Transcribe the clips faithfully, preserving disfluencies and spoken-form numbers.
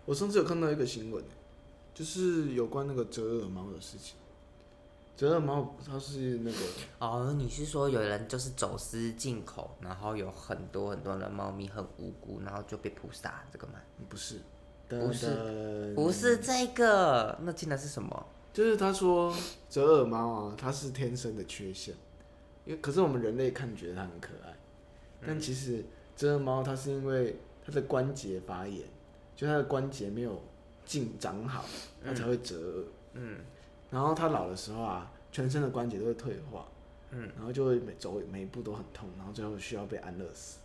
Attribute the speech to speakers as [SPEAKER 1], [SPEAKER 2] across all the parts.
[SPEAKER 1] 我上次有看到一个新闻，就是有关那个折耳猫的事情。折耳猫它是那个
[SPEAKER 2] 哦，你是说有人就是走私进口，然后有很多很多的猫咪很无辜，然后就被捕杀这个吗？
[SPEAKER 1] 不是，
[SPEAKER 2] 不是，不是这个，那竟然是什么？
[SPEAKER 1] 就是他说折耳猫啊，它是天生的缺陷，因为可是我们人类看觉得它很可爱，但其实折耳猫它是因为它的关节发炎，就它的关节没有进长好，它才会折耳。嗯，然后它老的时候啊，全身的关节都会退化，嗯，然后就会每走每一步都很痛，然后最后需要被安乐死。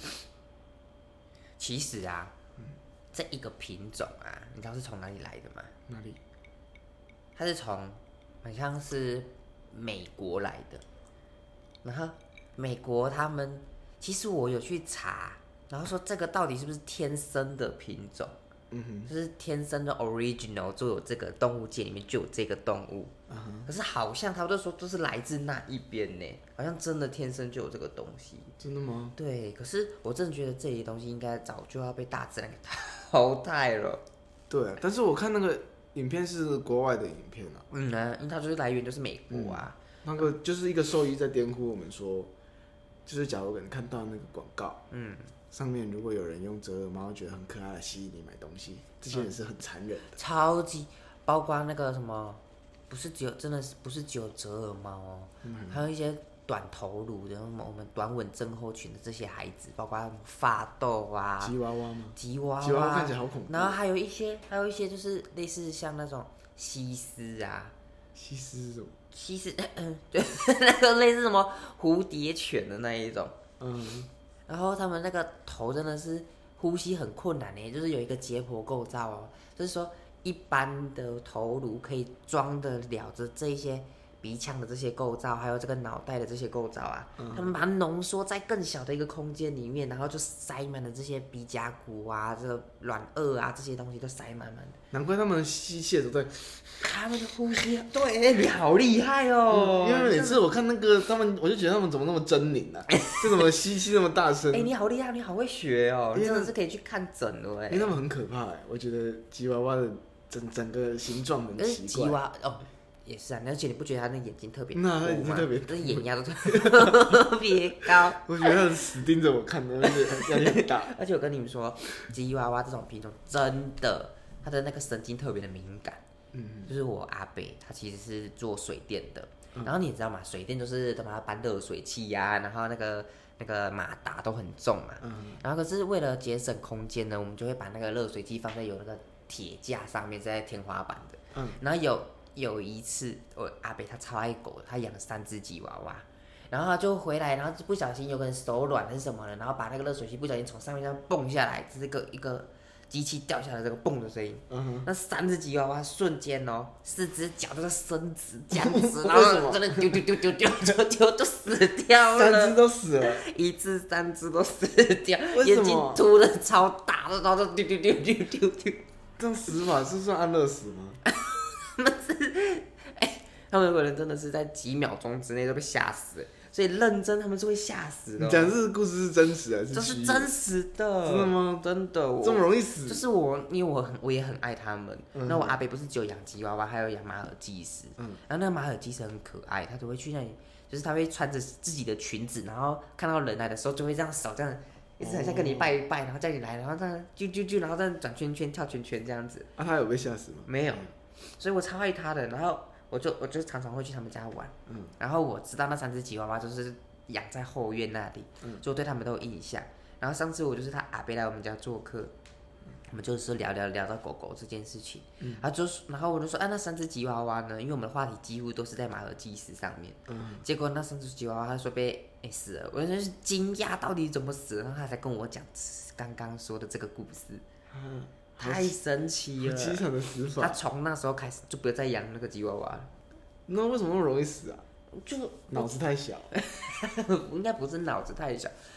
[SPEAKER 2] 其实啊，嗯、这一个品种啊，你知道是从哪里来的吗？
[SPEAKER 1] 哪里？
[SPEAKER 2] 它是从好像是美国来的，然后美国他们其实我有去查，然后说这个到底是不是天生的品种？嗯哼，就是天生的 original 就有这个动物界里面就有这个动物，嗯、可是好像他们都说都是来自那一边呢，好像真的天生就有这个东西。
[SPEAKER 1] 真的吗？
[SPEAKER 2] 对，可是我真的觉得这些东西应该早就要被大自然给淘汰了。
[SPEAKER 1] 对、啊，但是我看那个影片是国外的影片啊，
[SPEAKER 2] 嗯啊，因为它就是来源就是美国啊。
[SPEAKER 1] 嗯、那个就是一个兽医在颠覆我们说，就是假如你看到那个广告，嗯。上面如果有人用折耳猫觉得很可爱的吸引你买东西，这些人是很残忍的，
[SPEAKER 2] 嗯、超级包括那个什么，不是只有真的是不是只有折耳猫哦，嗯、还有一些短头颅的，我们短吻症候群的这些孩子，包括发豆啊，
[SPEAKER 1] 吉娃娃吗？
[SPEAKER 2] 吉娃娃，
[SPEAKER 1] 吉娃娃看起来好恐怖。
[SPEAKER 2] 然后还有一些，还有一些就是类似像那种西施啊，
[SPEAKER 1] 西施是什么？
[SPEAKER 2] 西施，嗯，就是那个类似什么蝴蝶犬的那一种，嗯。然后他们那个头真的是呼吸很困难呢，就是有一个解剖构造哦，就是说一般的头颅可以装得了着这些鼻腔的这些构造，还有这个脑袋的这些构造啊，嗯、他们把它浓缩在更小的一个空间里面，然后就塞满了这些鼻甲骨啊、这个软腭啊这些东西都塞满满的。
[SPEAKER 1] 难怪他们吸气都在，
[SPEAKER 2] 他们的呼吸，对，你好厉害哦！
[SPEAKER 1] 嗯、因为每次我看那个他们，我就觉得他们怎么那么狰狞啊？这怎么吸气那么大声？
[SPEAKER 2] 哎、欸，你好厉害，你好会学哦！你真的是可以去看诊的哎。
[SPEAKER 1] 因为他们很可怕哎，我觉得吉娃娃的整整个形状很奇怪。
[SPEAKER 2] 吉娃哦。也是啊，而且你不觉得他那眼睛特别
[SPEAKER 1] 那他眼睛特别，
[SPEAKER 2] 那眼压都特别高。
[SPEAKER 1] 我觉得他死盯着我看的，压力很大。
[SPEAKER 2] 而且我跟你们说，吉娃娃这种品种真的，它的那个神经特别的敏感。嗯，就是我阿伯，他其实是做水电的，嗯、然后你也知道嘛，水电就是都把它搬热水器呀、啊，然后那个那个马达都很重嘛。嗯。然后可是为了节省空间呢，我们就会把那个热水器放在有那个铁架上面，在天花板的。嗯。然后有。有一次，我阿伯他超爱狗的，他养了三只吉娃娃，然后他就回来，然后不小心有个人手软还是什么的，然后把那个热水器不小心从上面这样蹦下来，这个一个机器掉下来这个蹦的声音，嗯、那三只吉娃娃瞬间哦，四只脚都在伸直这样子，然后真的丢丢丢丢丢丢丢就死掉了，
[SPEAKER 1] 三只都死了，
[SPEAKER 2] 一只三只都死掉，眼睛凸的超大的，然后就丢丢丢丢丢丢，
[SPEAKER 1] 这样死法是算安乐死吗？
[SPEAKER 2] 他们是，哎、欸，他们有可能真的是在几秒钟之内都被吓死了，所以认真他们是会吓死的、哦。
[SPEAKER 1] 你讲这个故事是真实还是？
[SPEAKER 2] 这是真实的。
[SPEAKER 1] 真的吗？
[SPEAKER 2] 真的，
[SPEAKER 1] 这么容易死？
[SPEAKER 2] 就是我，因为我很我也很爱他们。嗯、那我阿伯不是只有养吉娃娃，还有养马尔济斯。嗯。然后那个马尔济斯很可爱，他都会去那里，就是他会穿着自己的裙子，然后看到人来的时候就会这样手这样。一直很像跟你拜一拜，然后叫你来，然后这样啾啾啾，然后这样转圈圈、跳圈圈这样子。
[SPEAKER 1] 啊，他有被吓死吗？
[SPEAKER 2] 没有。所以我超爱他的，然后我就我就常常会去他们家玩，嗯，然后我知道那三只吉娃娃就是养在后院那里，嗯，所以我对他们都有印象。然后上次我就是他阿伯来我们家做客，嗯、我们就是聊聊聊到狗狗这件事情，嗯，然后就然后我就说，啊，那三只吉娃娃呢？因为我们的话题几乎都是在马尔济斯上面，嗯，结果那三只吉娃娃他说被、欸、死了，我就是惊讶到底怎么死了，然后他才跟我讲刚刚说的这个故事，嗯。太神奇了！
[SPEAKER 1] 凄惨的死法。
[SPEAKER 2] 他从那时候开始就不要再养那个吉娃娃了。
[SPEAKER 1] 那为什么那么容易死啊？
[SPEAKER 2] 就
[SPEAKER 1] 脑子太小。
[SPEAKER 2] 应该不是脑子太小，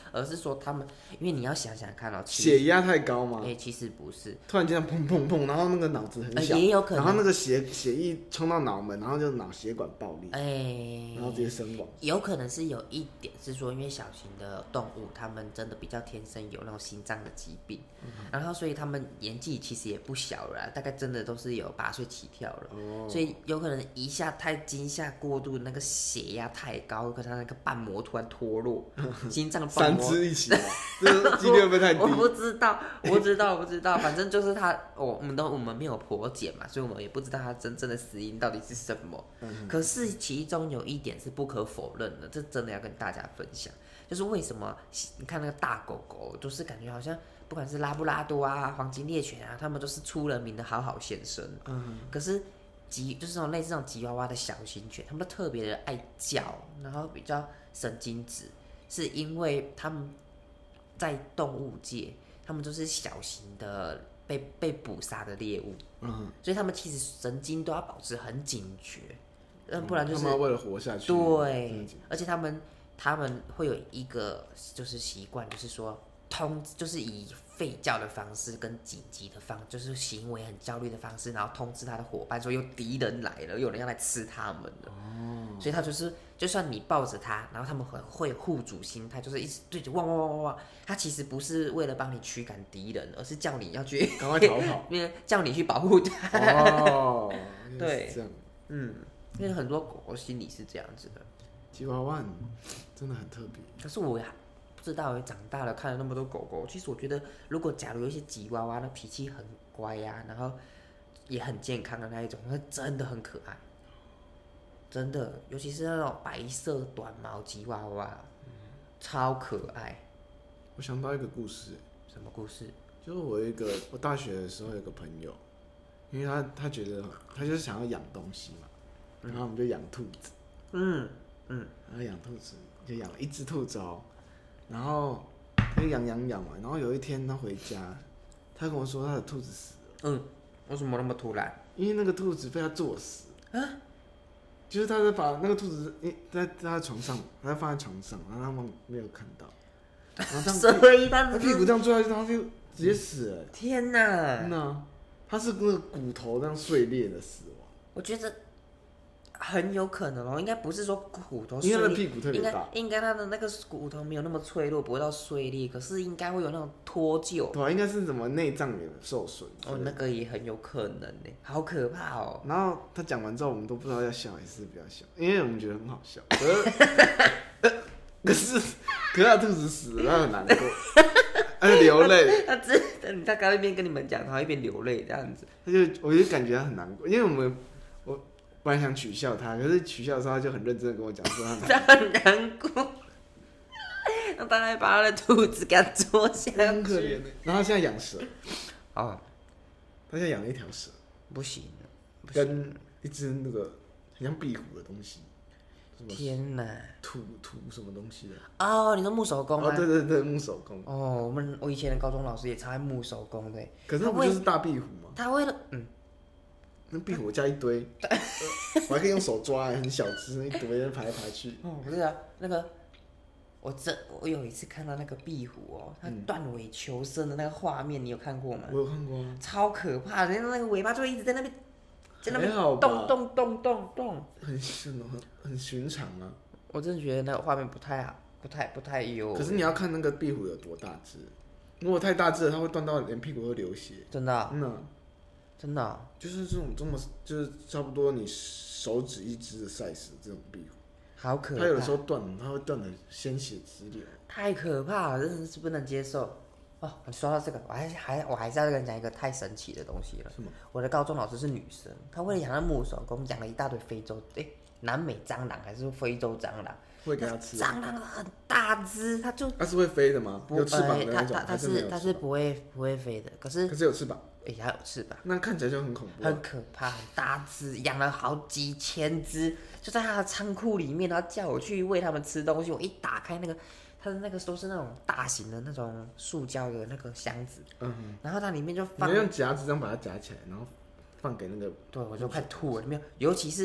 [SPEAKER 2] 而是说他们，因为你要想想看哦，
[SPEAKER 1] 血压太高吗？
[SPEAKER 2] 哎、欸，其实不是，
[SPEAKER 1] 突然间砰砰砰，然后那个脑子很小，
[SPEAKER 2] 呃、也有可能，
[SPEAKER 1] 然后那个血血液冲到脑门，然后就脑血管爆裂，
[SPEAKER 2] 哎、欸，
[SPEAKER 1] 然后直接身亡。
[SPEAKER 2] 有可能是有一点是说，因为小型的动物，它们真的比较天生有那种心脏的疾病，嗯、然后所以他们年纪其实也不小了啦，大概真的都是有八岁起跳了，哦、所以有可能一下太惊吓过度，那个血压太高，可能那个瓣膜突然脱落，心脏瓣膜
[SPEAKER 1] 三只一起，这几率会不会太低？
[SPEAKER 2] 我不知道，我不知道，我不知道，反正就是他，我我们都我们没有剖解嘛，所以我们也不知道他真正的死因到底是什么。嗯、可是其中有一点是不可否认的，这真的要跟大家分享，就是为什么你看那个大狗狗，都是感觉好像不管是拉布拉多啊、黄金猎犬啊，他们都是出了名的好好先生。嗯，可是吉就是那种类似那种吉娃娃的小型犬，他们都特别的爱叫，然后比较神经质，是因为他们在动物界，他们都是小型的被被捕杀的猎物，嗯，所以他们其实神经都要保持很警觉，嗯，不然就是、
[SPEAKER 1] 嗯、他们为了活下去，
[SPEAKER 2] 对，而且他们他们会有一个就是习惯，就是说通就是以吠叫的方式跟紧急的方，就是行为很焦虑的方式，然后通知他的伙伴说有敌人来了，有人要来吃他们了。哦，所以他就是就算你抱着他，然后他们会会护主心态，就是一直对着汪汪汪汪汪。他其实不是为了帮你驱赶敌人，而是叫你要去
[SPEAKER 1] 赶快逃跑，
[SPEAKER 2] 因为叫你去保护他。
[SPEAKER 1] 哦，
[SPEAKER 2] 对，
[SPEAKER 1] 这样，
[SPEAKER 2] 嗯，因为很多狗狗心里是这样子的。
[SPEAKER 1] 吉娃娃真的很特别，
[SPEAKER 2] 可是我呀。不知道，长大了看了那么多狗狗，其实我觉得，如果假如有一些吉娃娃，那脾气很乖呀、啊，然后也很健康的那一种，那真的很可爱，真的，尤其是那种白色短毛吉娃娃，嗯、超可爱。
[SPEAKER 1] 我想到一个故事，
[SPEAKER 2] 什么故事？
[SPEAKER 1] 就是我有一个，我大学的时候有一个朋友，因为他他觉得他就是想要养东西嘛，然后我们就养兔子，嗯嗯，然后养兔子就养了一只兔子哦。然后他就养养养嘛，然后有一天他回家，他跟我说他的兔子死了。
[SPEAKER 2] 嗯，为什么那么突然？
[SPEAKER 1] 因为那个兔子被他作死。啊？就是他在把那个兔子在在他的床上，他放在床上，然后他们没有看到，然后这样
[SPEAKER 2] 所以他
[SPEAKER 1] 他屁股这样坐下去，然后就直接死了。
[SPEAKER 2] 天哪！
[SPEAKER 1] 真的，他是那个骨头这样碎裂的死亡。
[SPEAKER 2] 我觉得。很有可能哦，应该不是说骨头碎裂，
[SPEAKER 1] 因为他的屁股特别大，
[SPEAKER 2] 应该应该他的那个骨头没有那么脆弱，不会到碎裂，可是应该会有那种脱臼。
[SPEAKER 1] 对啊，应该是什么内脏也受损。
[SPEAKER 2] 哦，那个也很有可能呢，好可怕哦。
[SPEAKER 1] 然后他讲完之后，我们都不知道要笑还是不要笑，因为我们觉得很好笑。可是，可是，可是他兔子死了，他很难过，他就流泪。
[SPEAKER 2] 他只他刚一边跟你们讲，他一边流泪这样子。
[SPEAKER 1] 他就，我就感觉他很难过，因为我们我。本来想取笑他，可是取笑的时候，他就很认真的跟我讲说
[SPEAKER 2] 他很难过，让他还把他的兔子给他捉下去，
[SPEAKER 1] 很可怜的。然后他现在养蛇，
[SPEAKER 2] 哦，
[SPEAKER 1] 他现在养了一条蛇，
[SPEAKER 2] 不行，
[SPEAKER 1] 跟一只那个很像壁虎的东西。
[SPEAKER 2] 天哪！
[SPEAKER 1] 土土什么东西的？
[SPEAKER 2] 哦，你说木手工啊？
[SPEAKER 1] 哦，对对对，木手工。
[SPEAKER 2] 哦，我们我以前的高中老师也超爱木手工的。
[SPEAKER 1] 可是那不就是大壁虎吗？
[SPEAKER 2] 他为了嗯。
[SPEAKER 1] 那壁虎加一堆，我还可以用手抓，很小只，一堆爬来爬去。
[SPEAKER 2] 哦，不是啊，那个我这我有一次看到那个壁虎哦，它断尾求生的那个画面，你有看过吗？
[SPEAKER 1] 我有看过啊，
[SPEAKER 2] 超可怕的，那个尾巴就一直在那边，在那边动动动动动，
[SPEAKER 1] 很很很寻常啊。
[SPEAKER 2] 我真的觉得那个画面不太好，不太不太优。
[SPEAKER 1] 可是你要看那个壁虎有多大只，如果太大只了，它会断到连屁股都流血。
[SPEAKER 2] 真的、啊？
[SPEAKER 1] 嗯、啊。
[SPEAKER 2] 真的、哦，
[SPEAKER 1] 就是这种这么，就是差不多你手指一只的 size 这种壁虎，
[SPEAKER 2] 好可怕。
[SPEAKER 1] 它有的时候断，它会断的鲜血直流，
[SPEAKER 2] 太可怕了，真的是不能接受。哦，你说到这个，我还还我还是要跟你讲一个太神奇的东西了。
[SPEAKER 1] 什么？
[SPEAKER 2] 我的高中老师是女生，她为了养那木手工，养了一大堆非洲，哎、欸，南美蟑螂还是非洲蟑螂？
[SPEAKER 1] 会给它吃。
[SPEAKER 2] 蟑螂很大只，它就
[SPEAKER 1] 它是会飞的吗？有翅膀的那种？
[SPEAKER 2] 它它是它是不会不会飞的，可是
[SPEAKER 1] 可是有翅膀。
[SPEAKER 2] 哎、欸，它有翅膀，
[SPEAKER 1] 那看起来就很恐怖、啊，
[SPEAKER 2] 很可怕，很大只，养了好几千只，就在他的仓库里面，然后叫我去喂他们吃东西。我一打开那个，它的那个都是那种大型的那种塑胶的那个箱子，嗯，然后它里面就放，
[SPEAKER 1] 你用夹子这样把它夹起来，然后放给那个，
[SPEAKER 2] 对，我就快吐了，没有，尤其是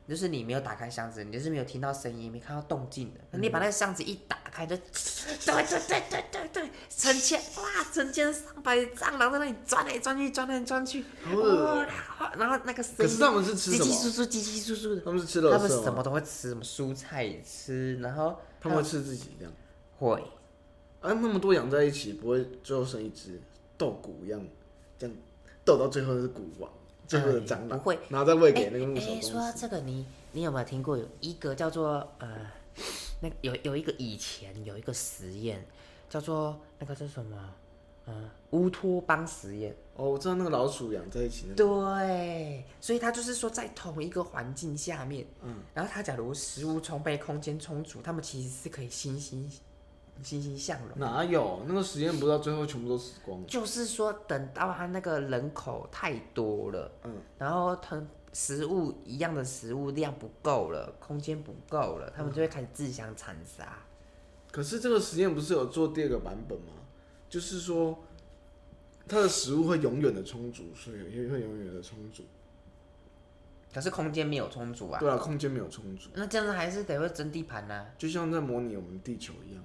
[SPEAKER 2] 就是你没有打开箱子，你就是没有听到声音，没看到动静的。嗯、你把那个箱子一打开，就对对对对对对，成千哇，成千上百蟑螂在那里钻来钻去，钻来钻去，哇，然后那个声音，
[SPEAKER 1] 可是他们是吃什么？
[SPEAKER 2] 叽叽簌簌，叽叽簌簌的。
[SPEAKER 1] 他们是吃垃圾吗？
[SPEAKER 2] 他们什么都会吃，什么蔬菜也吃，然后
[SPEAKER 1] 他们会吃自己这样。
[SPEAKER 2] 会。
[SPEAKER 1] 啊，那么多养在一起，不会最后生一只斗骨一样，这样斗到最后是骨王，最后的蟑螂、
[SPEAKER 2] 嗯、不会，
[SPEAKER 1] 然后再喂给那个木
[SPEAKER 2] 手公司。说到这个，你你有没有听过有一个叫做呃，那有有一个以前有一个实验叫做那个叫什么？嗯，乌托邦实验。
[SPEAKER 1] 哦，我知道那个老鼠养在一起、那
[SPEAKER 2] 個。对，所以他就是说在同一个环境下面，嗯，然后他假如食物充沛、空间充足，他们其实是可以欣欣。欣欣向荣。
[SPEAKER 1] 哪有那个实验不到最后全部都死光了？
[SPEAKER 2] 就是说，等到他那个人口太多了，嗯，然后他食物一样的食物量不够了，空间不够了，他们就会开始自相残杀、嗯。
[SPEAKER 1] 可是这个实验不是有做第二个版本吗？就是说，它的食物会永远的充足，所以会永远的充足。
[SPEAKER 2] 可是空间没有充足啊。
[SPEAKER 1] 对啊，空间没有充足。
[SPEAKER 2] 那这样子还是得会争地盘啊。
[SPEAKER 1] 就像在模拟我们地球一样。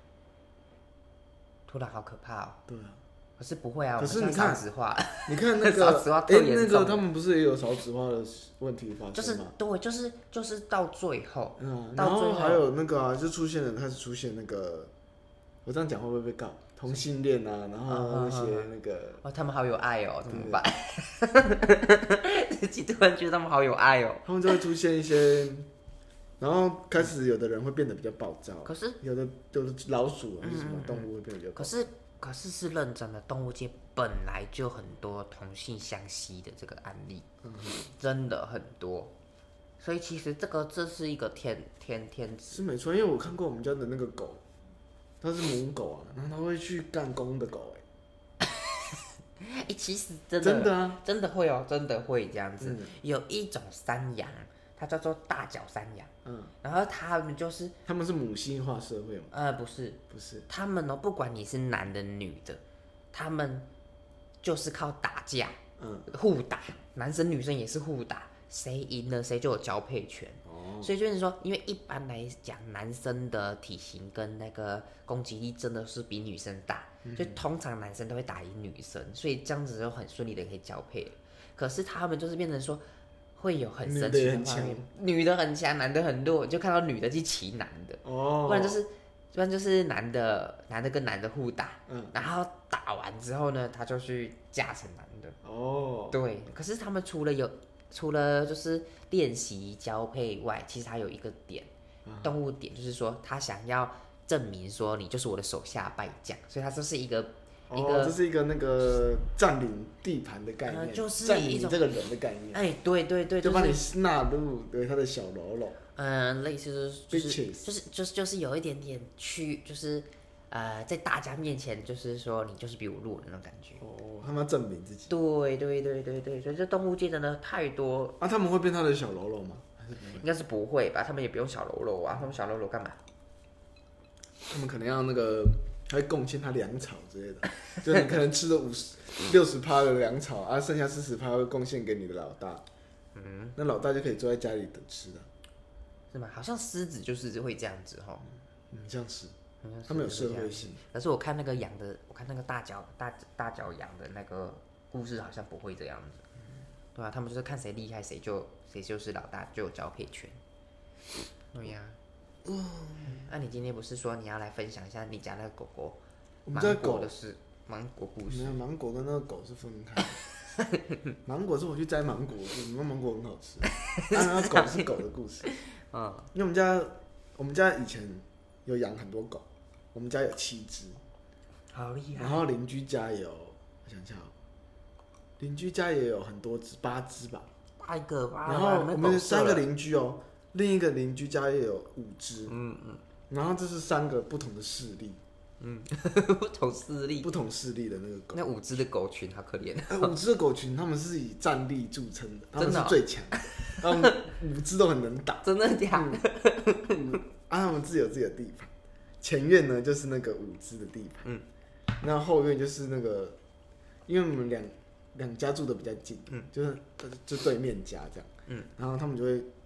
[SPEAKER 2] 突然好可怕哦！
[SPEAKER 1] 对啊，
[SPEAKER 2] 可是不会啊，
[SPEAKER 1] 可是你看
[SPEAKER 2] 少子化，
[SPEAKER 1] 你看那个，哎、欸，那个他们不是也有少子化的问题发生吗？
[SPEAKER 2] 就是对，就是就是到最后，
[SPEAKER 1] 嗯，然后还有那个啊，就出现了，开始出现那个，我这样讲会不会被告？同性恋啊，然后那些那个，
[SPEAKER 2] 哦，他们好有爱哦，怎么办？自己突然觉得他们好有爱哦，
[SPEAKER 1] 他们就会出现一些。然后开始有的人会变得比较暴躁，
[SPEAKER 2] 可是
[SPEAKER 1] 有的有的老鼠还是什么动物会变得比较暴躁。
[SPEAKER 2] 可是可是是认真的，动物界本来就很多同性相吸的这个案例，嗯、真的很多。所以其实这个这是一个天天天职
[SPEAKER 1] 是没错，因为我看过我们家的那个狗，它是母狗啊，然后它会去干公的狗、欸，
[SPEAKER 2] 哎、欸，其实真的
[SPEAKER 1] 真的啊，
[SPEAKER 2] 真的会哦，真的会这样子。嗯、有一种山羊。它叫做大角山羊，嗯，然后他们就是
[SPEAKER 1] 他们是母性化社会吗？
[SPEAKER 2] 呃，不是，
[SPEAKER 1] 不是，
[SPEAKER 2] 他们呢，不管你是男的女的，他们就是靠打架，嗯，互打，男生女生也是互打，谁赢了谁就有交配权。哦，所以就是说，因为一般来讲，男生的体型跟那个攻击力真的是比女生大，嗯、所以通常男生都会打赢女生，所以这样子就很顺利的可以交配了。可是他们就是变成说。会有很神奇的画面，女的很强，男的很弱，就看到女的去骑男的，哦，不然就是，不然就是男的，男的跟男的互打，嗯，然后打完之后呢，他就去嫁成男的，哦，对，可是他们除了有，除了就是练习交配外，其实他有一个点，嗯、动物点，就是说他想要证明说你就是我的手下败将，所以他就是一个。
[SPEAKER 1] 哦，这是一个那个占领地盘的概念，
[SPEAKER 2] 呃、就是
[SPEAKER 1] 占领这个人的概念。
[SPEAKER 2] 哎，对对对，
[SPEAKER 1] 就把你纳入对他的小喽啰。
[SPEAKER 2] 嗯，类似就是就是就是就是就是有一点点去，就是呃，在大家面前就是说你就是比我弱的那种感觉。
[SPEAKER 1] 哦，他们要证明自己。
[SPEAKER 2] 对对对对对，所以这动物界真的太多。
[SPEAKER 1] 啊，他们会变他的小喽啰吗？还是不会？
[SPEAKER 2] 应该是不会吧？他们也不用小喽啰啊，他们小喽啰干嘛？
[SPEAKER 1] 他们可能要那个。还会贡献他粮草之类的，就你可能吃了五十、六十趴的粮草，啊，剩下四十趴会贡献给你的老大，嗯，那老大就可以坐在家里等吃的，
[SPEAKER 2] 是吗？好像狮子就是会这样子哈，
[SPEAKER 1] 嗯，这样是，他们有社会性。
[SPEAKER 2] 可是我看那个羊的，我看那个大角大大角羊的那个故事好像不会这样子，嗯、对啊，他们就是看谁厉害，谁就谁就是老大，就有交配权，对呀、啊。那、嗯啊、你今天不是说你要来分享一下你家那个狗狗芒果的事？芒果故事？
[SPEAKER 1] 没有，芒果跟那个狗是分开的。芒果是我去摘芒果的故事，那芒果很好吃。啊，那狗是狗的故事。嗯，因为我们家我们家以前有养很多狗，我们家有七只，
[SPEAKER 2] 好厉害。
[SPEAKER 1] 然后邻居家有，我想想，邻居家也有很多只，八只吧。
[SPEAKER 2] 八个吧。
[SPEAKER 1] 然后我们三个邻居哦。另一个邻居家也有五只，嗯嗯，然后这是三个不同的势力，
[SPEAKER 2] 嗯，不同势力，
[SPEAKER 1] 不同势力的那个狗，
[SPEAKER 2] 那五只的狗群好可怜、
[SPEAKER 1] 呃。五只的狗群，他们是以战力著称的，他们是最强的，他们五只都很能打，
[SPEAKER 2] 真的假的？
[SPEAKER 1] 嗯，啊，他们自己有自己的地盘，前院呢就是那个五只的地盘，嗯，那后院就是那个，因为我们两两家住的比较近，嗯，就是就对面家这样，嗯，然后他们就会。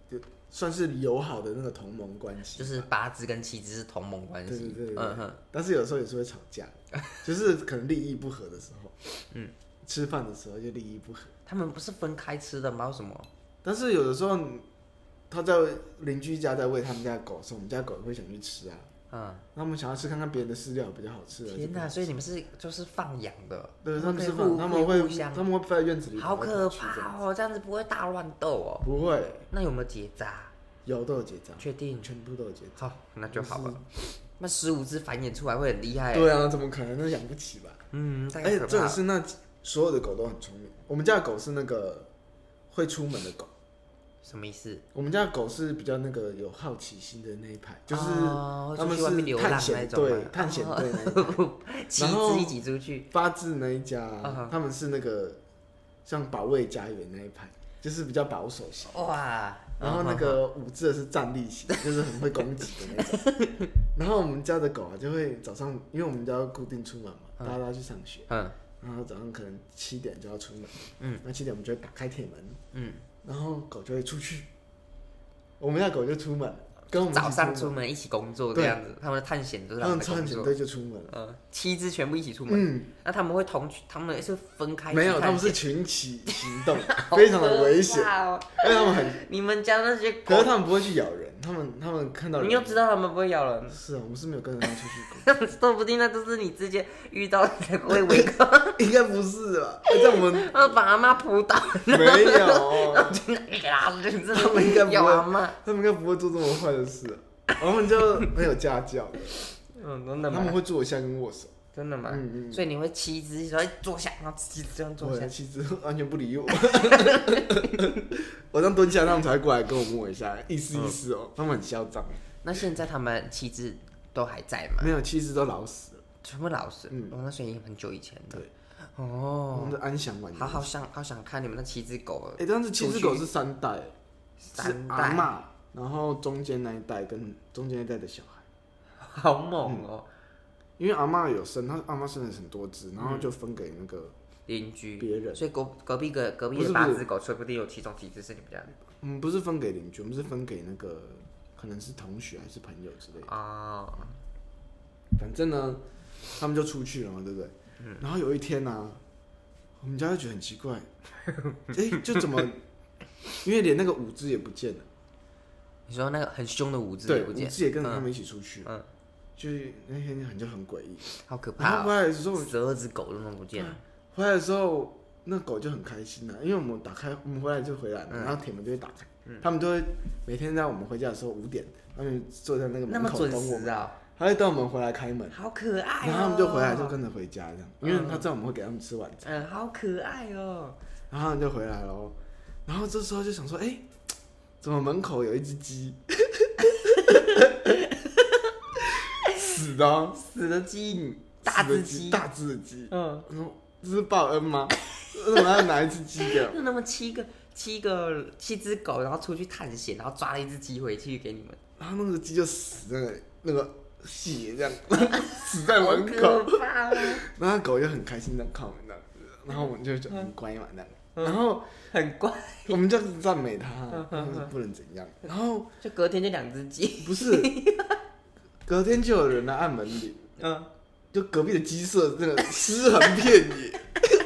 [SPEAKER 1] 算是友好的那个同盟关系，
[SPEAKER 2] 就是八只跟七只是同盟关系。
[SPEAKER 1] 对对对对，
[SPEAKER 2] 嗯哼。
[SPEAKER 1] 但是有时候也是会吵架，就是可能利益不合的时候，嗯，吃饭的时候就利益不合。
[SPEAKER 2] 他们不是分开吃的吗？为什么？
[SPEAKER 1] 但是有的时候他在邻居家在喂他们家的狗的时候，我们家狗会想去吃啊。嗯，那我们想要吃看看别人的饲料比较好吃。
[SPEAKER 2] 天哪！所以你们是就是放养的？
[SPEAKER 1] 对，他们是放，他们会他们会放在院子里。
[SPEAKER 2] 好可怕哦！这样子不会大乱斗哦？
[SPEAKER 1] 不会。
[SPEAKER 2] 那有没有结扎？
[SPEAKER 1] 有，都有结扎。
[SPEAKER 2] 确定？
[SPEAKER 1] 全部都有结扎。
[SPEAKER 2] 好，那就好了。那十五只繁衍出来会很厉害。
[SPEAKER 1] 对啊，怎么可能？那养不起吧？
[SPEAKER 2] 嗯，
[SPEAKER 1] 而且重点是那所有的狗都很聪明。我们家的狗是那个会出门的狗。
[SPEAKER 2] 什么意思？
[SPEAKER 1] 我们家的狗是比较那个有好奇心的那一派，就是
[SPEAKER 2] 他
[SPEAKER 1] 们是探险队，探险队那一派。
[SPEAKER 2] 七只一起出去。
[SPEAKER 1] 八字那一家，他们是那个像保卫家园那一派，就是比较保守型。
[SPEAKER 2] 哇！
[SPEAKER 1] 然后那个五只的是站立型，就是很会攻击的那种。然后我们家的狗啊，就会早上，因为我们家要固定出门嘛，大家都要去上学。嗯。然后早上可能七点就要出门。嗯。那七点我们就会打开铁门。嗯。然后狗就会出去，我们家狗就出门，跟我们
[SPEAKER 2] 早上出门一起工作这样子。他们的探险队，
[SPEAKER 1] 他们探险队就出门了。
[SPEAKER 2] 嗯，七只全部一起出门。嗯，那他们会同，他们是分开？
[SPEAKER 1] 没有，他们是群起行动，非常的危险。因为他们很，
[SPEAKER 2] 你们家那些狗，
[SPEAKER 1] 可是他们不会去咬人，他们他们看到人，
[SPEAKER 2] 你又知道他们不会咬人。
[SPEAKER 1] 是啊，我们是没有跟着他们出去过。
[SPEAKER 2] 说不定那都是你直接遇到才会围攻。
[SPEAKER 1] 应该不是吧？在我们，
[SPEAKER 2] 他把阿妈扑倒。
[SPEAKER 1] 没有。
[SPEAKER 2] 他
[SPEAKER 1] 们应该不会，他们应该不会做这么坏的事、啊。我们就很有家教的。
[SPEAKER 2] 嗯，真的吗？
[SPEAKER 1] 他们会坐下跟握手。
[SPEAKER 2] 真的吗？嗯嗯。所以你会七只说坐下，然后七只这样坐下。
[SPEAKER 1] 七只完全不理我。我这样蹲下，他们才会过来跟我摸一下，意思意思哦。他们很嚣张。
[SPEAKER 2] 那现在他们七只都还在吗？
[SPEAKER 1] 没有，七只都老死了。
[SPEAKER 2] 全部老死。嗯。哦，那所以很久以前的。
[SPEAKER 1] 对。
[SPEAKER 2] 哦。
[SPEAKER 1] 我们的安详晚年。
[SPEAKER 2] 好好想好想看你们那七只狗。
[SPEAKER 1] 哎，但是七只狗是三代。
[SPEAKER 2] 三代。
[SPEAKER 1] 阿嬷，然后中间那一代跟中间那一代的小孩。
[SPEAKER 2] 好猛哦！
[SPEAKER 1] 嗯、因为阿嬷有生，她阿嬷生了很多只，然后就分给那个
[SPEAKER 2] 邻居
[SPEAKER 1] 别人。
[SPEAKER 2] 所以隔隔壁个隔壁的八只狗，说不定有其中几只是你们家的。
[SPEAKER 1] 嗯，不是分给邻居，我们是分给那个可能是同学还是朋友之类的啊。反正呢，他们就出去了嘛，对不对？嗯、然后有一天呢、啊，我们家就觉得很奇怪，哎、欸，就怎么，因为连那个五只也不见了。
[SPEAKER 2] 你说那个很凶的五只也不见，
[SPEAKER 1] 五只也跟着他们一起出去，嗯，就是那天很就很诡异，
[SPEAKER 2] 好可怕、哦。
[SPEAKER 1] 然后回来的时候，
[SPEAKER 2] 十二只狗都弄不见了。
[SPEAKER 1] 回来的时候，那狗就很开心啊，因为我们打开，我们回来就回来了，嗯、然后铁门就会打开，嗯、他们都会每天在我们回家的时候五点，他们坐在那个门口等我们，他会等我们回来开门，
[SPEAKER 2] 好可爱、哦。
[SPEAKER 1] 然后他们就回来就跟着回家这样，因为他知道我们会给他们吃晚餐，
[SPEAKER 2] 嗯，好可爱哦。
[SPEAKER 1] 然后他们就回来了，然后这时候就想说，哎、欸。怎么门口有一只鸡？死的、啊，
[SPEAKER 2] 死的鸡，大只鸡，
[SPEAKER 1] 大只的鸡。嗯，这是报恩吗？为什么要拿一只鸡给我？
[SPEAKER 2] 就那么七个七个七只狗，然后出去探险，然后抓了一只鸡回去给你们。
[SPEAKER 1] 然后那个鸡就死在那个血这样，死在门口。
[SPEAKER 2] 好可怕哦！
[SPEAKER 1] 然后狗就很开心的靠门那样，然后我们就觉得很乖嘛那样。然后
[SPEAKER 2] 很乖，
[SPEAKER 1] 我们就赞美他，不能怎样。然后
[SPEAKER 2] 就隔天就两只鸡，
[SPEAKER 1] 不是，隔天就有人来按门铃，嗯，就隔壁的鸡舍那个尸横遍野，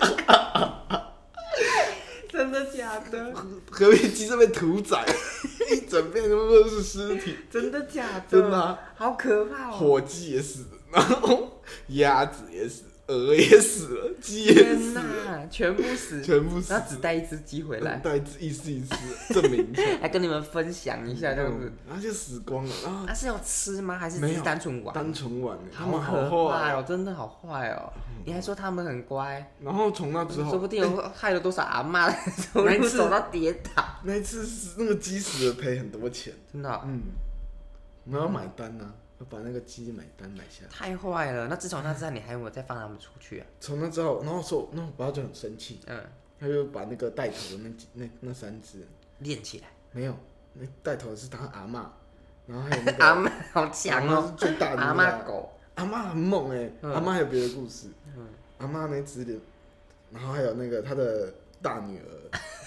[SPEAKER 2] 真的假的？
[SPEAKER 1] 隔壁鸡舍被屠宰，一整片都是尸体，
[SPEAKER 2] 真的假的？
[SPEAKER 1] 真的、啊，
[SPEAKER 2] 好可怕哦！
[SPEAKER 1] 火鸡也死，然后鸭子也死。鹅也死了，鸡也死了，
[SPEAKER 2] 全部死，
[SPEAKER 1] 全部死，
[SPEAKER 2] 然后只带一只鸡回来，
[SPEAKER 1] 带一只意思意思证明一下，
[SPEAKER 2] 来跟你们分享一下这样子，
[SPEAKER 1] 嗯、然后就死光了。然后
[SPEAKER 2] 他、啊、是有吃吗？还是只是单纯玩？
[SPEAKER 1] 单纯玩，
[SPEAKER 2] 他们好坏哦，真的好坏哦。嗯、你还说他们很乖，
[SPEAKER 1] 然后从那之后，
[SPEAKER 2] 说不定有害了多少阿嬷走路走到跌倒。
[SPEAKER 1] 那一次那个鸡死了赔很多钱，
[SPEAKER 2] 真的、哦，
[SPEAKER 1] 嗯，我们要买单啊。要把那个鸡买单买下来，
[SPEAKER 2] 太坏了！那自从那之后，你还有没有再放他们出去啊？
[SPEAKER 1] 从那之后，然后说，那我爸就很生气，嗯，他就把那个带头的那那那三只
[SPEAKER 2] 练起来。
[SPEAKER 1] 没有，那带头的是他阿嬷，然后还有那个
[SPEAKER 2] 阿嬷好强哦，
[SPEAKER 1] 是最大的
[SPEAKER 2] 阿嬷狗，
[SPEAKER 1] 阿嬷很猛哎、欸，嗯、阿嬷还有别的故事，嗯、阿嬷那只的，然后还有那个他的大女儿，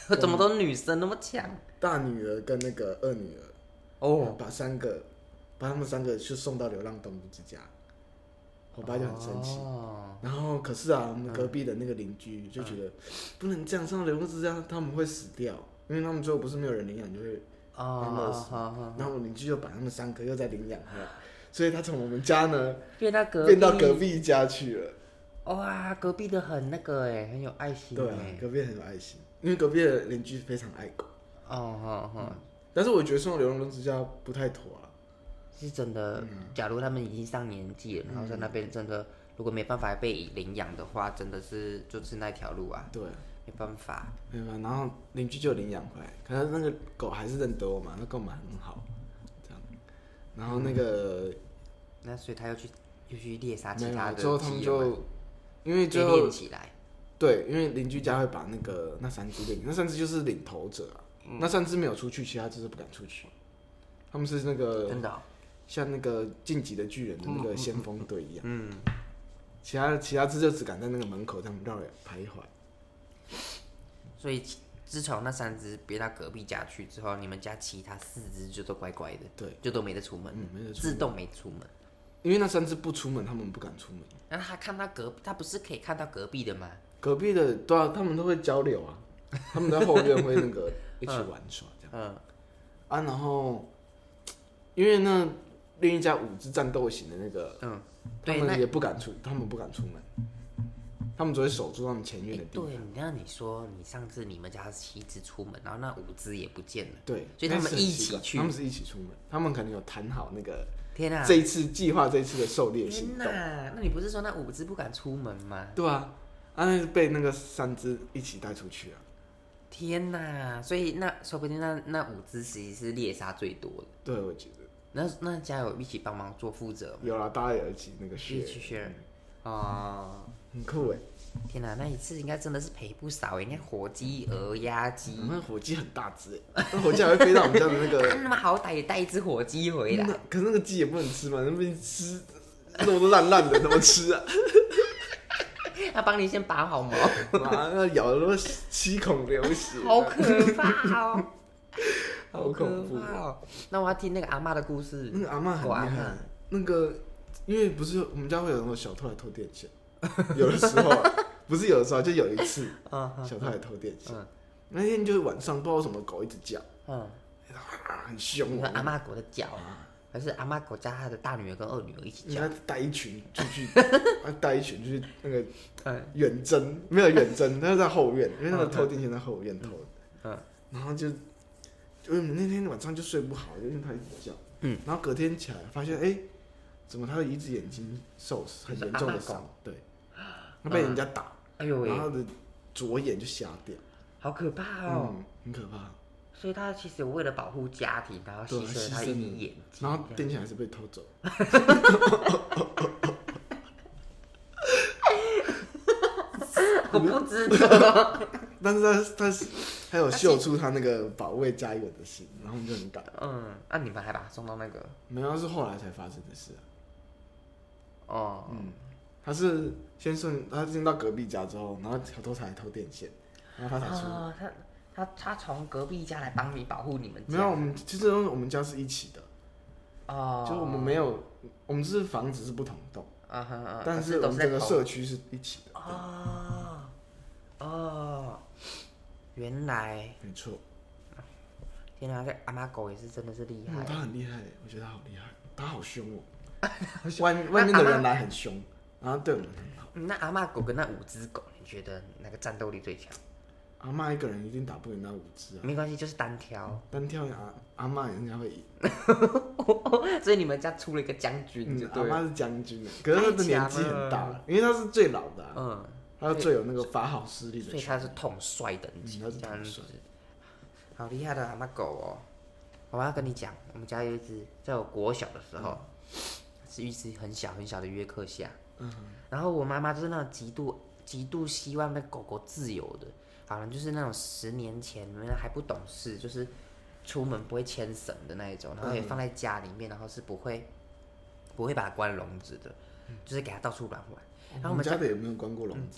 [SPEAKER 2] 怎么都女生那么强？
[SPEAKER 1] 大女儿跟那个二女儿，哦，把三个，把他们三个就送到流浪动物之家。我爸就很生气，哦、然后可是啊，我们隔壁的那个邻居就觉得、嗯、不能这样，上流浪之家他们会死掉，因为他们最后不是没有人领养就会被饿死，哦、然后我邻居就把他们三个又再领养回来，所以他从我们家呢
[SPEAKER 2] 变到隔
[SPEAKER 1] 变到隔壁家去了。
[SPEAKER 2] 哇，隔壁的很那个哎，很有爱心。
[SPEAKER 1] 对啊，隔壁很有爱心，因为隔壁的邻居非常爱狗。
[SPEAKER 2] 哦哦哦、嗯，
[SPEAKER 1] 但是我觉得送到流浪动物之家不太妥啊。
[SPEAKER 2] 是真的，嗯、假如他们已经上年纪了，然后在那边真的，如果没办法被领养的话，真的是就是那条路啊。
[SPEAKER 1] 对，
[SPEAKER 2] 没办法。
[SPEAKER 1] 没办法，然后邻居就领养回来，可是那个狗还是认得我嘛，那跟我们很好，这样。然后那个，嗯、
[SPEAKER 2] 那所以他又去又去猎杀其他的，
[SPEAKER 1] 之后他们就因为最后
[SPEAKER 2] 练起来。
[SPEAKER 1] 对，因为邻居家会把那个那三只领，那三只就是领头者啊，嗯、那三只没有出去，其他只是不敢出去。他们是那个
[SPEAKER 2] 真的、哦。
[SPEAKER 1] 像那个晋级的巨人的那个先锋队一样，嗯，其他其他只就只敢在那个门口这样绕徘徊。
[SPEAKER 2] 所以自从那三只别到隔壁家去之后，你们家其他四只就都乖乖的，
[SPEAKER 1] 对，
[SPEAKER 2] 就都没得出门，
[SPEAKER 1] 嗯，没得出门，
[SPEAKER 2] 自动没出门。
[SPEAKER 1] 因为那三只不出门，他们不敢出门。
[SPEAKER 2] 那他看到隔，他不是可以看到隔壁的吗？
[SPEAKER 1] 隔壁的对啊，他们都会交流啊，他们在后院会那个一起玩耍这样，嗯，啊，然后因为那。另一家五只战斗型的那个，嗯，他们也不敢出，他们不敢出门，他们只会守住他们前院的地方。
[SPEAKER 2] 对，那你说你上次你们家七只出门，然后那五只也不见了，
[SPEAKER 1] 对，
[SPEAKER 2] 所以他们一起去，
[SPEAKER 1] 他们是一起出门，他们可能有谈好那个，
[SPEAKER 2] 天哪，
[SPEAKER 1] 这一次计划这一次的狩猎行动。
[SPEAKER 2] 天哪，那你不是说那五只不敢出门吗？
[SPEAKER 1] 对啊，啊，那是被那个三只一起带出去啊。
[SPEAKER 2] 天哪，所以那说不定那那五只其实是猎杀最多的。
[SPEAKER 1] 对，我觉得。
[SPEAKER 2] 那那家有一起帮忙做负责吗？
[SPEAKER 1] 有啦，大家有一起那个学，
[SPEAKER 2] 一起学，哦，
[SPEAKER 1] 很酷哎！
[SPEAKER 2] 天哪，那一次应该真的是赔不少哎！应该火鸡、鹅、鸭鸡，
[SPEAKER 1] 那火鸡很大只哎，那火鸡还会飞到我们家的那个。
[SPEAKER 2] 那么好歹也带一只火鸡回来。
[SPEAKER 1] 可是那个鸡也不能吃嘛，那边吃，弄得烂烂的，怎么吃啊？
[SPEAKER 2] 他帮你先拔好毛，
[SPEAKER 1] 哇，那咬的都七孔流血，
[SPEAKER 2] 好可怕哦！
[SPEAKER 1] 好恐怖
[SPEAKER 2] 哦！那我要听那个阿嬷的故事。
[SPEAKER 1] 那个阿嬷很厉害，那个因为不是我们家会有那种小偷来偷电线，有的时候不是有的时候，就有一次小偷来偷电线，那天就是晚上，不知道为什么狗一直叫，嗯，很凶。
[SPEAKER 2] 阿嬷狗在叫啊，还是阿嬷狗加她的大女儿跟二女儿一起叫？
[SPEAKER 1] 他带一群出去，他带一群去那个远征，没有远征，他是在后院，因为那个偷电线在后院偷的，嗯，然后就。就是那天晚上就睡不好，因为他一直叫，嗯，然后隔天起来发现，哎、欸，怎么他的一只眼睛受很严重的伤，对，他被人家打，哎呦喂，然后他的左眼就瞎掉，
[SPEAKER 2] 好可怕哦，
[SPEAKER 1] 嗯，很可怕。
[SPEAKER 2] 所以他其实为了保护家庭，然后牺牲了他一只眼睛，
[SPEAKER 1] 然后电线还是被偷走。
[SPEAKER 2] 我不知道。
[SPEAKER 1] 但是他他是还有秀出他那个保卫家园的心，然后我们就很感动。
[SPEAKER 2] 嗯，那、啊、你们还把他送到那个？
[SPEAKER 1] 没有，是后来才发生的事啊。
[SPEAKER 2] 哦，
[SPEAKER 1] 嗯，他是先送他先到隔壁家之后，然后小偷才来偷电线，然后他才出。
[SPEAKER 2] 哦，他他他从隔壁家来帮你保护你们家。
[SPEAKER 1] 没有，我们其实我们家是一起的。哦。就是我们没有，我们是房子是不同栋。啊哈啊。但是我们整个社区是一起的。
[SPEAKER 2] 哦。哦。原来。
[SPEAKER 1] 没错。
[SPEAKER 2] 天哪，这阿嬷狗也是真的是厉害。
[SPEAKER 1] 嗯，它很厉害，我觉得它好厉害，它好凶哦。外外面的人来很凶，然后对我们很好。
[SPEAKER 2] 嗯、那阿嬷狗跟那五只狗，你觉得哪个战斗力最强？
[SPEAKER 1] 阿嬷一个人一定打不赢那五只啊。
[SPEAKER 2] 没关系，就是单挑。
[SPEAKER 1] 单挑阿阿嬷人家会赢。
[SPEAKER 2] 所以你们家出了一个将军就对了。
[SPEAKER 1] 嗯，阿嬷是将军，可是他的年纪很大了，因为他是最老的、啊。嗯。他最有那个发号施令的。
[SPEAKER 2] 所以他是统帅等级，
[SPEAKER 1] 嗯、他是统帅。
[SPEAKER 2] 好厉害的阿嬷狗哦！我要跟你讲，我们家有一只，在我国小的时候，嗯、是一只很小很小的约克夏。嗯。然后我妈妈就是那种极度极度希望那狗狗自由的，好像就是那种十年前还不懂事，就是出门不会牵绳的那一种，然后也放在家里面，然后是不会不会把它关笼子的，嗯、就是给它到处乱玩。
[SPEAKER 1] 然后我们家的有没有关过笼子？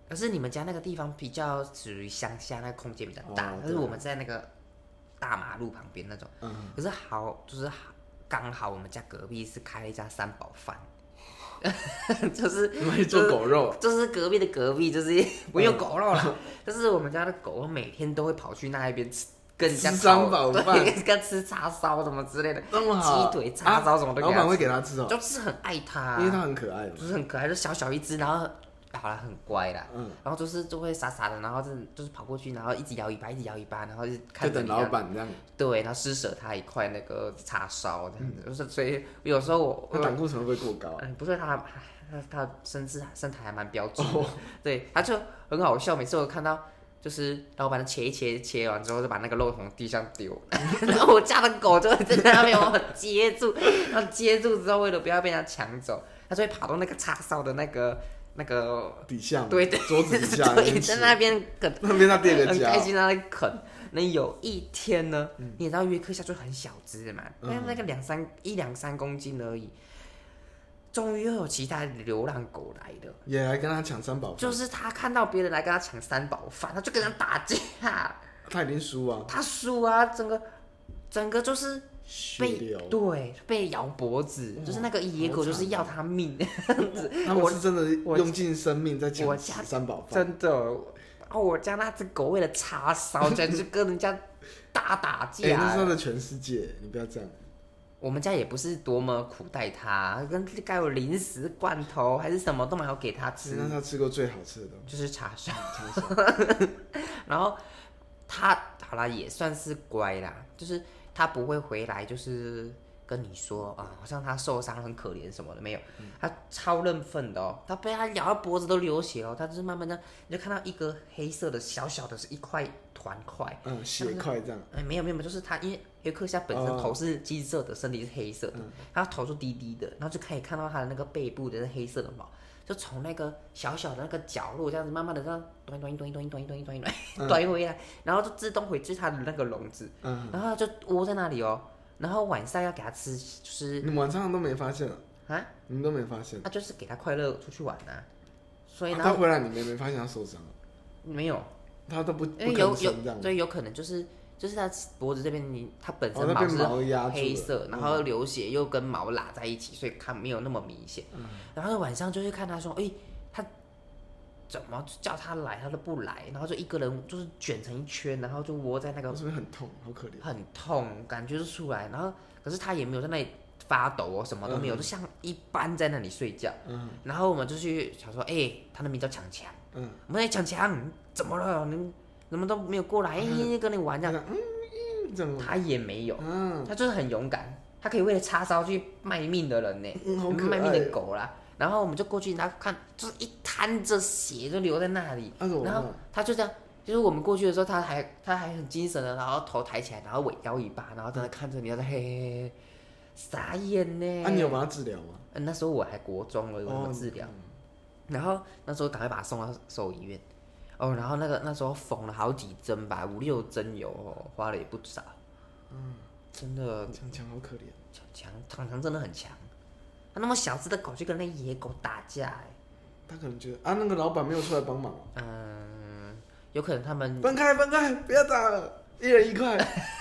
[SPEAKER 2] 可是你们家那个地方比较属于乡下，那个空间比较大，
[SPEAKER 1] 哦、
[SPEAKER 2] 但是我们在那个大马路旁边那种。嗯、可是好，就是刚好我们家隔壁是开了一家三宝饭。就是
[SPEAKER 1] 做狗肉，
[SPEAKER 2] 就是、就是隔壁的隔壁，就是不用狗肉了，就是我们家的狗每天都会跑去那一边吃，跟人家
[SPEAKER 1] 吃三宝饭，
[SPEAKER 2] 跟吃叉烧什么之类的，
[SPEAKER 1] 鸡
[SPEAKER 2] 腿、叉烧什么的、啊，
[SPEAKER 1] 老板会给他吃哦，
[SPEAKER 2] 就是很爱它，
[SPEAKER 1] 因为它很可爱，
[SPEAKER 2] 就是很可爱，就小小一只，然后好了很乖啦，嗯，然后就是就会傻傻的，然后就是就是跑过去，然后一直摇尾巴，一直摇尾巴，然后就看着
[SPEAKER 1] 就等老板这样，
[SPEAKER 2] 对，然后施舍他一块那个叉烧这样子，嗯、就是所以有时候我
[SPEAKER 1] 他胆固醇会不会过高、啊？
[SPEAKER 2] 嗯，不是他。他他身姿身材还蛮标致的， oh. 对，他就很好笑。每次我看到，就是老板切一切，切完之后就把那个肉从地上丢，然后我家的狗就会在那边我接住，然后接住之后，为了不要被他抢走，他就会跑到那个叉烧的那个那个
[SPEAKER 1] 底下，
[SPEAKER 2] 对对，
[SPEAKER 1] 桌子底下，
[SPEAKER 2] 对，在那边啃，
[SPEAKER 1] 那边他垫个
[SPEAKER 2] 很开心在那啃。那有一天呢，嗯、你也知道约克夏就很小只嘛，那、嗯、那个两三一两三公斤而已。终于又有其他流浪狗来了，
[SPEAKER 1] 也来跟他抢三宝饭。
[SPEAKER 2] 就是他看到别人来跟他抢三宝饭，他就跟他打架。
[SPEAKER 1] 他一定输啊！
[SPEAKER 2] 他输啊，整个整个就是被对被咬脖子，就是那个野狗就是要他命。
[SPEAKER 1] 他们是真的用尽生命在抢三宝饭。
[SPEAKER 2] 真的，哦，我家那只狗为了叉烧，简直跟人家大打架。
[SPEAKER 1] 哎、欸，那是他的全世界，你不要这样。
[SPEAKER 2] 我们家也不是多么苦待他，跟该有零食罐头还是什么都没有给他吃。
[SPEAKER 1] 那他吃过最好吃的东西
[SPEAKER 2] 就是叉烧。
[SPEAKER 1] 叉烧。
[SPEAKER 2] 然后他好啦，也算是乖啦，就是他不会回来，就是跟你说啊，好像他受伤很可怜什么的没有，嗯、他超认份的哦，他被他咬到脖子都流血哦，他就是慢慢的你就看到一个黑色的小小的是一块团块，
[SPEAKER 1] 嗯，血块这样。
[SPEAKER 2] 哎，没有没有，就是他因为约克夏本身头是金色的，身体是黑色的，嗯、他头是低低的，然后就可以看到他的那个背部的黑色的毛，就从那个小小的那个角落这样子慢慢的这样端端端端端端端端端回来，然后就自动回去他的那个笼子，嗯、然后他就窝在那里哦。然后晚上要给他吃，就是
[SPEAKER 1] 你晚上都没发现啊？你们都没发现？
[SPEAKER 2] 他就是给他快乐出去玩啊，所以
[SPEAKER 1] 然后、啊、他回来你们没发现他受伤了？
[SPEAKER 2] 没有，
[SPEAKER 1] 他都不
[SPEAKER 2] 因为有有对有可能就是就是他脖子这边你他本身毛是黑色，哦、然后流血又跟毛拉在一起，所以看没有那么明显。嗯、然后晚上就会看他说，哎、欸，他怎么叫他来他都不来，然后就一个人就是卷成一圈，然后就窝在那个，
[SPEAKER 1] 是不是很痛？好可怜。
[SPEAKER 2] 很痛，感觉就出来，然后可是他也没有在那里发抖哦，什么都没有，嗯、就像一般在那里睡觉。嗯、然后我们就去想说，哎、欸，他的名叫强强，嗯、我们在强强怎么了？你怎么都没有过来，嗯、跟你玩这样。嗯嗯、他也没有，嗯、他就是很勇敢，他可以为了叉烧去卖命的人呢，
[SPEAKER 1] 嗯、好可爱，
[SPEAKER 2] 卖命的狗啦。然后我们就过去，然后看，就是一滩着血就流在那里。
[SPEAKER 1] 啊、
[SPEAKER 2] 然后他就这样，就是我们过去的时候，他还他还很精神的，然后头抬起来，然后尾摇尾巴，然后在那看着你，然后嘿嘿嘿，傻眼呢。
[SPEAKER 1] 啊，你有帮他治疗吗？
[SPEAKER 2] 嗯，那时候我还国中了，有帮他治疗。哦嗯、然后那时候赶快把他送到兽医院。哦，然后那个那时候缝了好几针吧，五六针有、哦，花了也不少。嗯，真的。
[SPEAKER 1] 强强好可怜。
[SPEAKER 2] 强强强强真的很强。他那么小只的狗就跟那野狗打架哎，
[SPEAKER 1] 他可能觉得啊，那个老板没有出来帮忙、啊。
[SPEAKER 2] 嗯，有可能他们
[SPEAKER 1] 分开分开，不要打了，一人一块。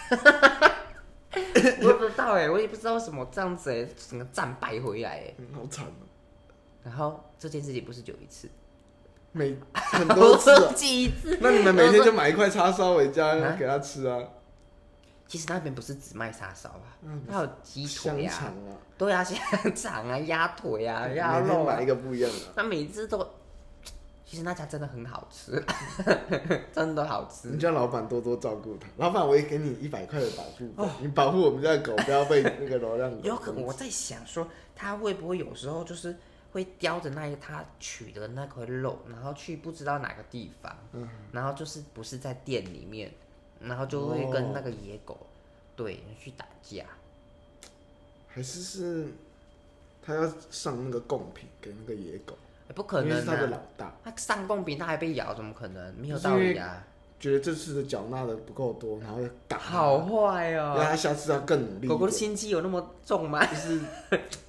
[SPEAKER 2] 我也不知道哎，我也不知道为什么这样子哎，整个战败回来哎、
[SPEAKER 1] 嗯，好惨哦。
[SPEAKER 2] 然后这件事情不是只有一次，
[SPEAKER 1] 每很多次、啊，
[SPEAKER 2] 几次。
[SPEAKER 1] 那你们每天就买一块叉烧回家给他吃啊？
[SPEAKER 2] 其实那边不是只卖叉烧啊，它、嗯、有鸡腿啊，
[SPEAKER 1] 啊
[SPEAKER 2] 对啊，香肠啊，鸭腿啊，鸭肉啊，
[SPEAKER 1] 每天买一个不一样的。
[SPEAKER 2] 他每次都，其实那家真的很好吃，真的好吃。
[SPEAKER 1] 你叫老板多多照顾他，老板我也给你一百块的保护费，哦、你保护我们家的狗不要被那个流浪狗。
[SPEAKER 2] 有可能我在想说，他会不会有时候就是会叼着那一他取的那块肉，然后去不知道哪个地方，嗯、然后就是不是在店里面。然后就会跟那个野狗、哦、对去打架，
[SPEAKER 1] 还是是他要上那个贡品给那个野狗？
[SPEAKER 2] 欸、不可能、啊，因为
[SPEAKER 1] 是他的老大。
[SPEAKER 2] 他上贡品他还被咬，怎么可能？没有道理啊！
[SPEAKER 1] 觉得这次的缴纳的不够多，然后要打他。
[SPEAKER 2] 好坏哦！
[SPEAKER 1] 让他下次要更努力。
[SPEAKER 2] 狗狗的心机有那么重吗？
[SPEAKER 1] 就是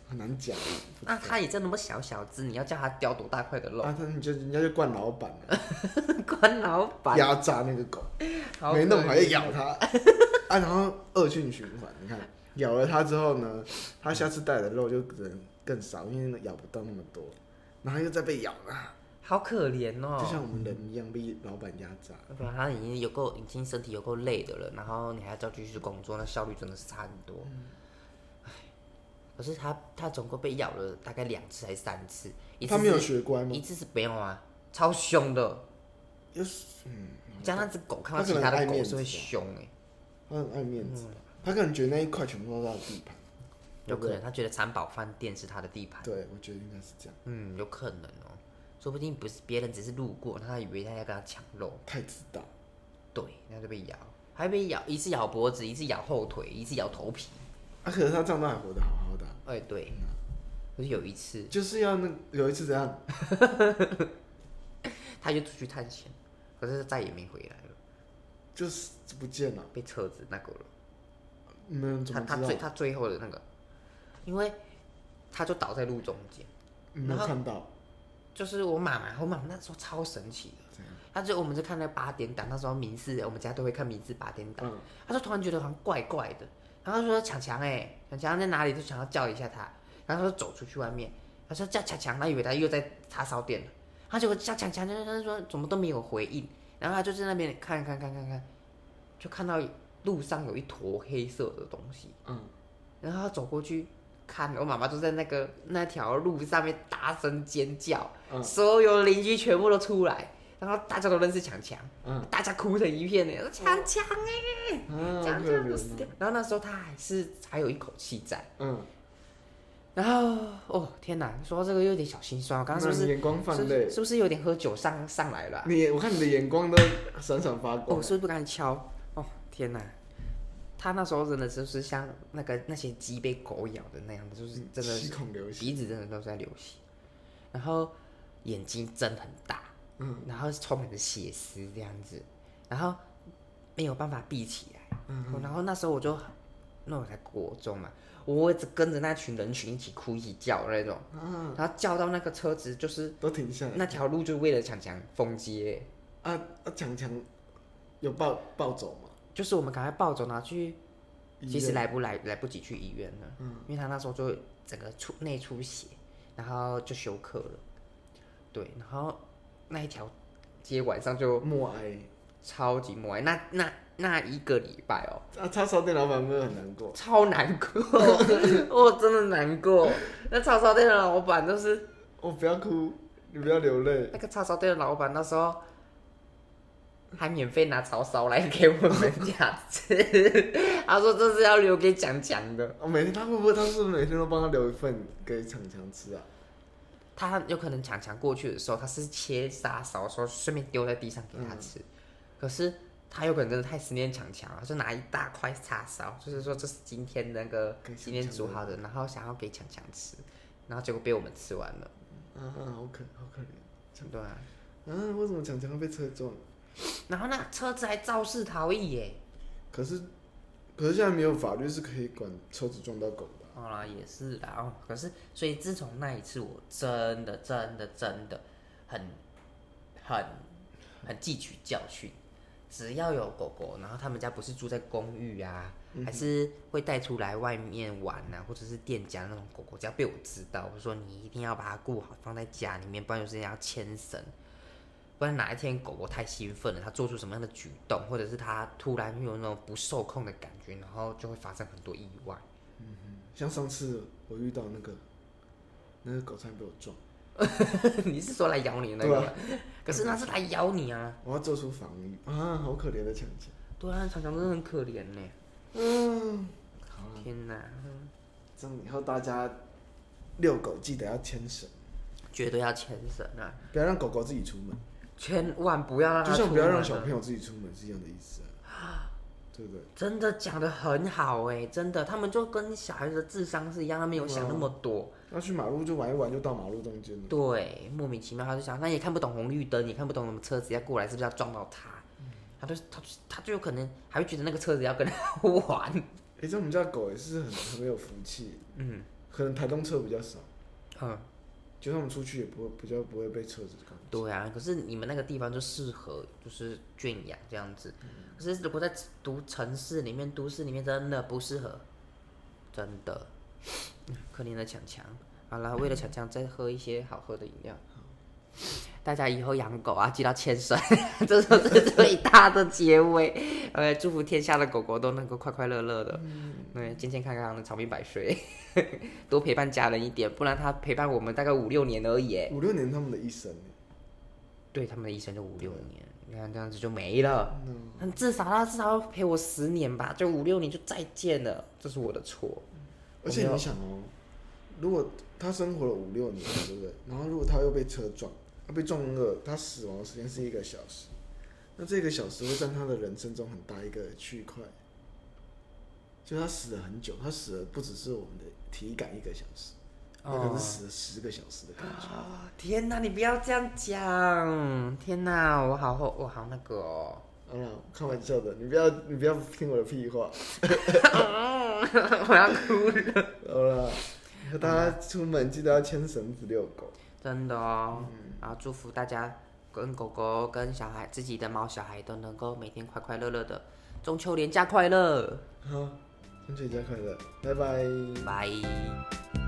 [SPEAKER 1] 很难讲。
[SPEAKER 2] 那它也就那么小小只，你要叫它叼多大块的肉？
[SPEAKER 1] 啊，他你就人家就惯老板了，
[SPEAKER 2] 关老板
[SPEAKER 1] 压榨那个狗，
[SPEAKER 2] 好
[SPEAKER 1] 没弄好要咬它，啊，然后恶性循环。你看，咬了它之后呢，它下次带的肉就可能更少，因为咬不到那么多，然后又再被咬了。
[SPEAKER 2] 好可怜哦，
[SPEAKER 1] 就像我们人一样被老板压榨。
[SPEAKER 2] 不然他已经有够，已经身体有够累的了，然后你还要叫继续工作，那效率真的是差很多。唉，可是他他总共被咬了大概两次还是三次，一次
[SPEAKER 1] 他没有学乖吗？
[SPEAKER 2] 一次是没有啊，超凶的。
[SPEAKER 1] 又是嗯，
[SPEAKER 2] 像那只狗看到其他的狗是会凶哎、欸，
[SPEAKER 1] 他很爱面子，嗯、他可能觉得那一块全部都是他的地盘。
[SPEAKER 2] 有可能他觉得餐宝饭店是他的地盘。
[SPEAKER 1] 对，我觉得应该是这样。
[SPEAKER 2] 嗯，有可能哦、喔，说不定不是别人只是路过，他以为他要跟他抢肉。
[SPEAKER 1] 太知道。
[SPEAKER 2] 对，那就被咬，还被咬一次咬脖子，一次咬后腿，一次咬头皮。
[SPEAKER 1] 啊，可是他这样都还活得好好的、啊。
[SPEAKER 2] 哎、欸，对。可是有一次，
[SPEAKER 1] 就是要那有一次怎样？
[SPEAKER 2] 他就出去探险，可是再也没回来了，
[SPEAKER 1] 就是不见了，
[SPEAKER 2] 被车子那个了。
[SPEAKER 1] 没有怎么知道？
[SPEAKER 2] 他他最他最后的那个，因为他就倒在路中间，
[SPEAKER 1] 没有看到。
[SPEAKER 2] 就是我妈妈，我妈妈那时候超神奇的，她就我们就看那个八点档，那时候民视我们家都会看民视八点档，她、嗯、就突然觉得好像怪怪的，然后她说强强哎，强强在哪里？就想要叫一下他，然后他就走出去外面，他说叫强强，他以为他又在叉烧店了，他结果叫强强，他说怎么都没有回应，然后他就在那边看看看看看，就看到路上有一坨黑色的东西，嗯，然后他走过去看，我妈妈就在那个那条路上面大声尖叫，嗯、所有邻居全部都出来，然后大家都认识强强，嗯，大家哭成一片呢，强强哎，强强都死掉，然后那时候他还是还有一口气在，嗯。然后哦天哪，说到这个有点小心酸，我刚刚是不是
[SPEAKER 1] 眼光泛泪？
[SPEAKER 2] 是不是有点喝酒上上来了、啊？
[SPEAKER 1] 你我看你的眼光都闪闪发光。
[SPEAKER 2] 哦，是不是不敢敲？哦天哪，他那时候真的就是像那个那些鸡被狗咬的那样子，就是真的
[SPEAKER 1] 七孔流血，
[SPEAKER 2] 鼻子真的都在流血，然后眼睛睁很大，嗯，然后充满着血丝这样子，然后没有办法闭起来，嗯, 嗯，然后那时候我就，那我才国中嘛。我一直跟着那群人群一起哭一起叫那种，啊、然后叫到那个车子就是
[SPEAKER 1] 都停下来，
[SPEAKER 2] 那条路就为了强强封街。
[SPEAKER 1] 啊啊！强强有抱抱走吗？
[SPEAKER 2] 就是我们赶快抱走拿去，其实来不来来不及去医院了，嗯，因为他那时候就整个出内出血，然后就休克了。对，然后那一条街晚上就
[SPEAKER 1] 默哀，
[SPEAKER 2] 超级默哀。那那。那一个礼拜哦，
[SPEAKER 1] 啊，叉烧店老板有没有很难过？
[SPEAKER 2] 超难过，我真的难过。那叉烧店的老板都是，
[SPEAKER 1] 我、哦、不要哭，你不要流泪。
[SPEAKER 2] 那个叉烧店的老板那时候还免费拿叉烧来给我们家吃，他说这是要留给强强的。
[SPEAKER 1] 哦，每天他会不会他是每天都帮他留一份给强强吃啊？
[SPEAKER 2] 他有可能强强过去的时候，他是切叉烧，说顺便丢在地上给他吃，嗯、可是。他有可能真的太思念强强了，就拿一大块叉烧，就是说这是今天那个今天煮好的，然后想要给强强吃，然后结果被我们吃完了。
[SPEAKER 1] 啊啊，好可好可怜。
[SPEAKER 2] 对啊。
[SPEAKER 1] 啊，为什么强强会被车撞？
[SPEAKER 2] 然后那车子还肇事逃逸耶。
[SPEAKER 1] 可是，可是现在没有法律是可以管车子撞到狗的、
[SPEAKER 2] 啊。好啦，也是啦。哦，可是所以自从那一次，我真的真的真的很很很汲取教训。只要有狗狗，然后他们家不是住在公寓啊，嗯、还是会带出来外面玩啊，或者是店家那种狗狗，只要被我知道，我说你一定要把它顾好，放在家里面，不然有时间要牵绳，不然哪一天狗狗太兴奋了，它做出什么样的举动，或者是它突然有那种不受控的感觉，然后就会发生很多意外。
[SPEAKER 1] 嗯哼，像上次我遇到那个那个狗差点被我撞。
[SPEAKER 2] 你是说来咬你的那个吗？啊、可是那是来咬你啊！
[SPEAKER 1] 我要做出防御啊！好可怜的强强。
[SPEAKER 2] 对啊，强强真的很可怜呢。
[SPEAKER 1] 嗯，好了。
[SPEAKER 2] 天哪！
[SPEAKER 1] 这样以后大家遛狗记得要牵绳，
[SPEAKER 2] 绝对要牵绳啊！
[SPEAKER 1] 不要让狗狗自己出门，
[SPEAKER 2] 千万不要让它出门。
[SPEAKER 1] 就像不要让小朋友自己出门是一样的意思啊，对不对？
[SPEAKER 2] 真的讲得很好哎，真的，他们就跟小孩子的智商是一样，他们没有想那么多。
[SPEAKER 1] 要去马路就玩一玩，就到马路中间了。
[SPEAKER 2] 对，莫名其妙，他就想，他也看不懂红绿灯，也看不懂什么车子要过来，是不是要撞到他？嗯、他就他就他就有可能还会觉得那个车子要跟他玩。
[SPEAKER 1] 哎、欸，这我们家狗也是很很没有福气。嗯， 可能台东车比较少，
[SPEAKER 2] 嗯，
[SPEAKER 1] 就他们出去也不会比较不会被车子赶。
[SPEAKER 2] 对啊，可是你们那个地方就适合就是圈养这样子，嗯、可是如果在都城市里面、都市里面，真的不适合，真的。可怜的强强，好了，为了强强再喝一些好喝的饮料。大家以后养狗啊，记得牵绳，这就是最大的结尾。呃，祝福天下的狗狗都能够快快乐乐的，对，健健康康的，长命百岁。多陪伴家人一点，不然他陪伴我们大概五六年而已。
[SPEAKER 1] 五六年他们的一生，
[SPEAKER 2] 对，他们的一生就五六年，你看这样子就没了。嗯，至少他至少要陪我十年吧，就五六年就再见了，这是我的错。
[SPEAKER 1] 而且你想哦，如果他生活了五六年，对不对？然后如果他又被车撞，他被撞了，他死亡的时间是一个小时，那这个小时会占他的人生中很大一个区块。就他死了很久，他死了不只是我们的体感一个小时，他可能死了十个小时的感觉。
[SPEAKER 2] 哦、天哪，你不要这样讲！天哪，我好后，我好那个哦。
[SPEAKER 1] 好了，开玩笑的，你不要你不要听我的屁话。
[SPEAKER 2] 我要哭了。
[SPEAKER 1] 好了，大家出门记得要牵绳子遛狗。
[SPEAKER 2] 真的哦，嗯、然后祝福大家跟狗狗、跟小孩、自己的猫小孩都能够每天快快乐乐的。中秋连假快乐！
[SPEAKER 1] 好，中秋连假快乐，拜拜。
[SPEAKER 2] 拜。